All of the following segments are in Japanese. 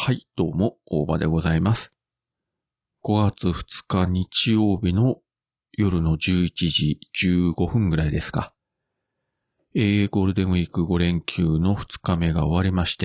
はい、どうも、大場でございます。5月2日日曜日の夜の11時15分ぐらいですか。ゴールデンウィーク5連休の2日目が終わりまして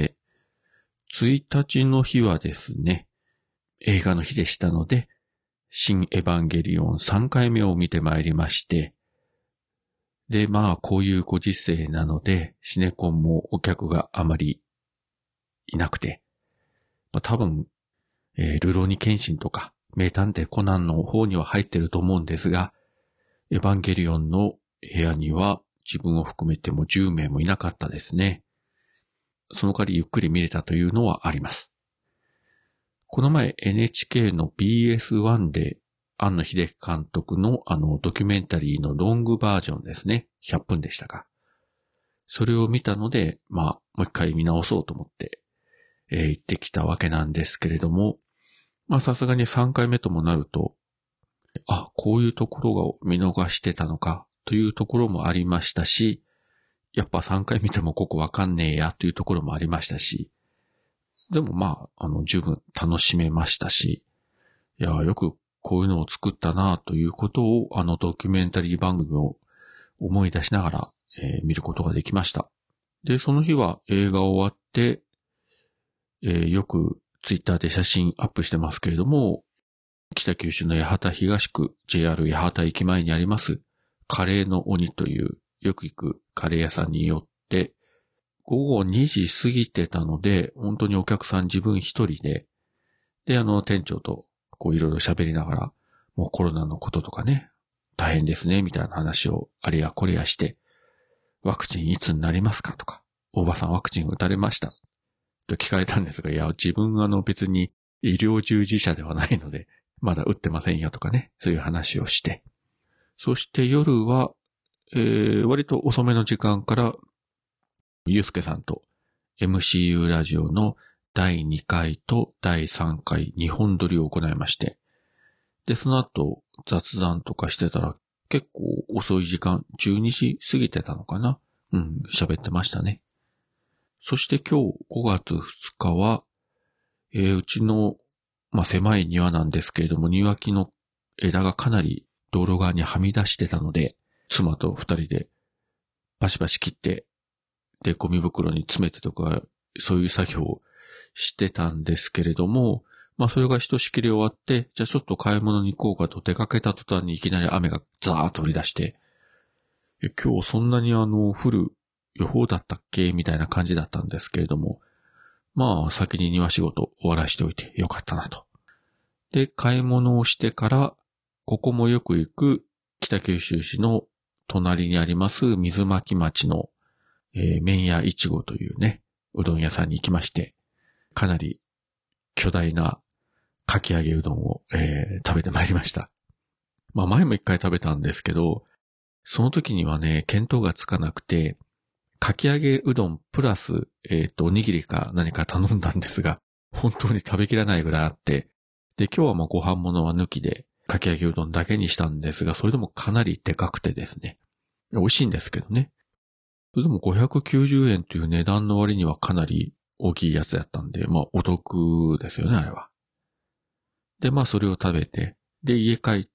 、1日の日はですね、映画の日でしたので、新エヴァンゲリオン3回目を見てまいりまして、で、こういうご時世なので、シネコンもお客があまりいなくて、多分、ルローニケンシンとか、名探偵コナンの方には入ってると思うんですが、エヴァンゲリオンの部屋には自分を含めても10名もいなかったですね。その代わりゆっくり見れたというのはあります。この前 NHK の BS1 で庵野秀樹監督のドキュメンタリーのロングバージョンですね。100分でしたか。それを見たので、もう一回見直そうと思って、行ってきたわけなんですけれども、さすがに3回目ともなると、こういうところを見逃してたのかというところもありましたし、やっぱ3回見てもここわかんねえやというところもありましたし、でも十分楽しめましたし、よくこういうのを作ったなということをドキュメンタリー番組を思い出しながら、見ることができました。で、その日は映画終わって、よくツイッターで写真アップしてますけれども、北九州の八幡東区 JR 八幡駅前にありますカレーの鬼というよく行くカレー屋さんによって午後2時過ぎてたので本当にお客さん自分一人で店長といろいろ喋りながらもうコロナのこととかね大変ですねみたいな話をあれやこれやしてワクチンいつになりますかとか大場さんワクチン打たれましたと聞かれたんですが自分別に医療従事者ではないのでまだ打ってませんよとかね、そういう話をして。そして夜は、割と遅めの時間から、ゆうすけさんと MCU ラジオの第2回と第3回2本撮りを行いまして。で、その後雑談とかしてたら結構遅い時間、12時過ぎてたのかな。喋ってましたね。そして今日5月2日は、うちの狭い庭なんですけれども、庭木の枝がかなり道路側にはみ出してたので、妻と二人でバシバシ切って、で、ゴミ袋に詰めてとか、そういう作業をしてたんですけれども、それがひとしきり終わって、じゃあちょっと買い物に行こうかと出かけた途端にいきなり雨がザーッと降り出して、今日そんなに降る予報だったっけみたいな感じだったんですけれども、先に庭仕事終わらしておいてよかったなと。で、買い物をしてから、ここもよく行く北九州市の隣にあります水巻町の、麺屋いちごというね、うどん屋さんに行きまして、かなり巨大なかき揚げうどんを、食べてまいりました。前も一回食べたんですけど、その時にはね、見当がつかなくて、かき揚げうどんプラス、おにぎりか何か頼んだんですが、本当に食べきらないぐらいあって、で、今日はご飯物は抜きで、かき揚げうどんだけにしたんですが、それでもかなりでかくてですね。美味しいんですけどね。それでも590円という値段の割にはかなり大きいやつだったんで、お得ですよね、あれは。で、それを食べて、で、家帰って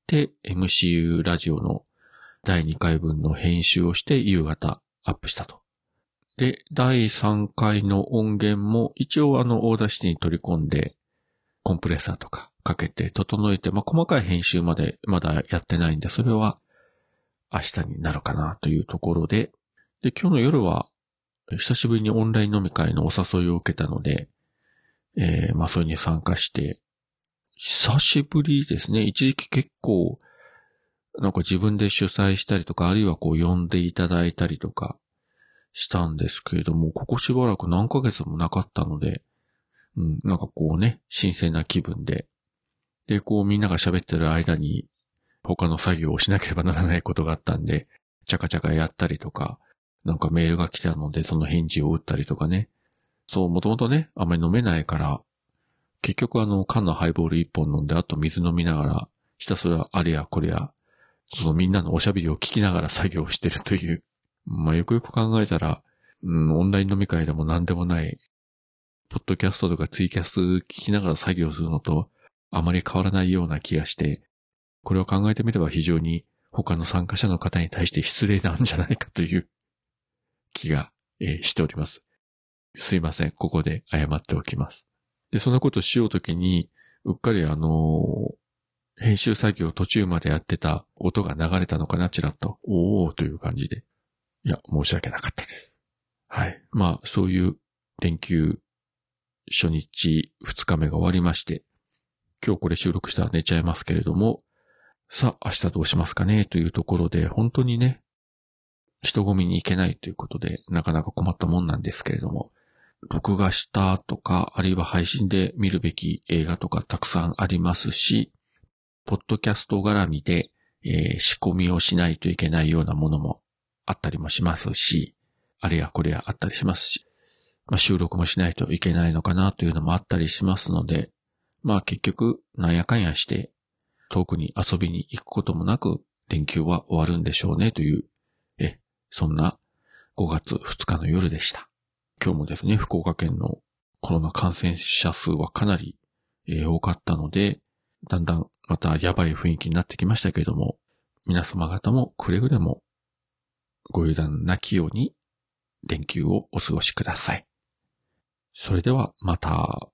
MCU ラジオの第2回分の編集をして夕方アップしたと。で、第3回の音源も一応オーダーシティに取り込んで、コンプレッサーとかかけて整えて、細かい編集までまだやってないんで、それは明日になるかなというところで、で、今日の夜は久しぶりにオンライン飲み会のお誘いを受けたので、それに参加して、久しぶりですね。一時期結構、自分で主催したりとか、あるいは呼んでいただいたりとかしたんですけれども、ここしばらく何ヶ月もなかったので、新鮮な気分で、で、みんなが喋ってる間に、他の作業をしなければならないことがあったんで、チャカチャカやったりとか、メールが来たのでその返事を打ったりとかね。そう、もともとね、あんまり飲めないから、結局缶のハイボール一本飲んで、あと水飲みながら、ひたすらあれやこれや、そのみんなのおしゃべりを聞きながら作業をしてるという。よくよく考えたら、オンライン飲み会でも何でもない、 ポッドキャストとかツイキャス聞きながら作業するのとあまり変わらないような気がして、これを考えてみれば非常に他の参加者の方に対して失礼なんじゃないかという気が、しております。すいません。ここで謝っておきます。で、そんなことしようときに、うっかり編集作業途中までやってた音が流れたのかな、ちらっと。おーという感じで。いや、申し訳なかったです。はい。まあ、そういう連休初日、2日目が終わりまして、今日これ収録したら寝ちゃいますけれども、さあ、明日どうしますかねというところで、本当にね、人混みに行けないということで、なかなか困ったもんなんですけれども、録画したとか、あるいは配信で見るべき映画とかたくさんありますし、ポッドキャスト絡みで、仕込みをしないといけないようなものもあったりもしますし、あれやこれやあったりしますし、まあ、収録もしないといけないのかなというのもあったりしますので、まあ結局なんやかんやして遠くに遊びに行くこともなく連休は終わるんでしょうねという、そんな5月2日の夜でした。今日もですね、福岡県のコロナ感染者数はかなり、多かったので、だんだんまたやばい雰囲気になってきましたけれども、皆様方もくれぐれもご油断なきように連休をお過ごしください。それではまた。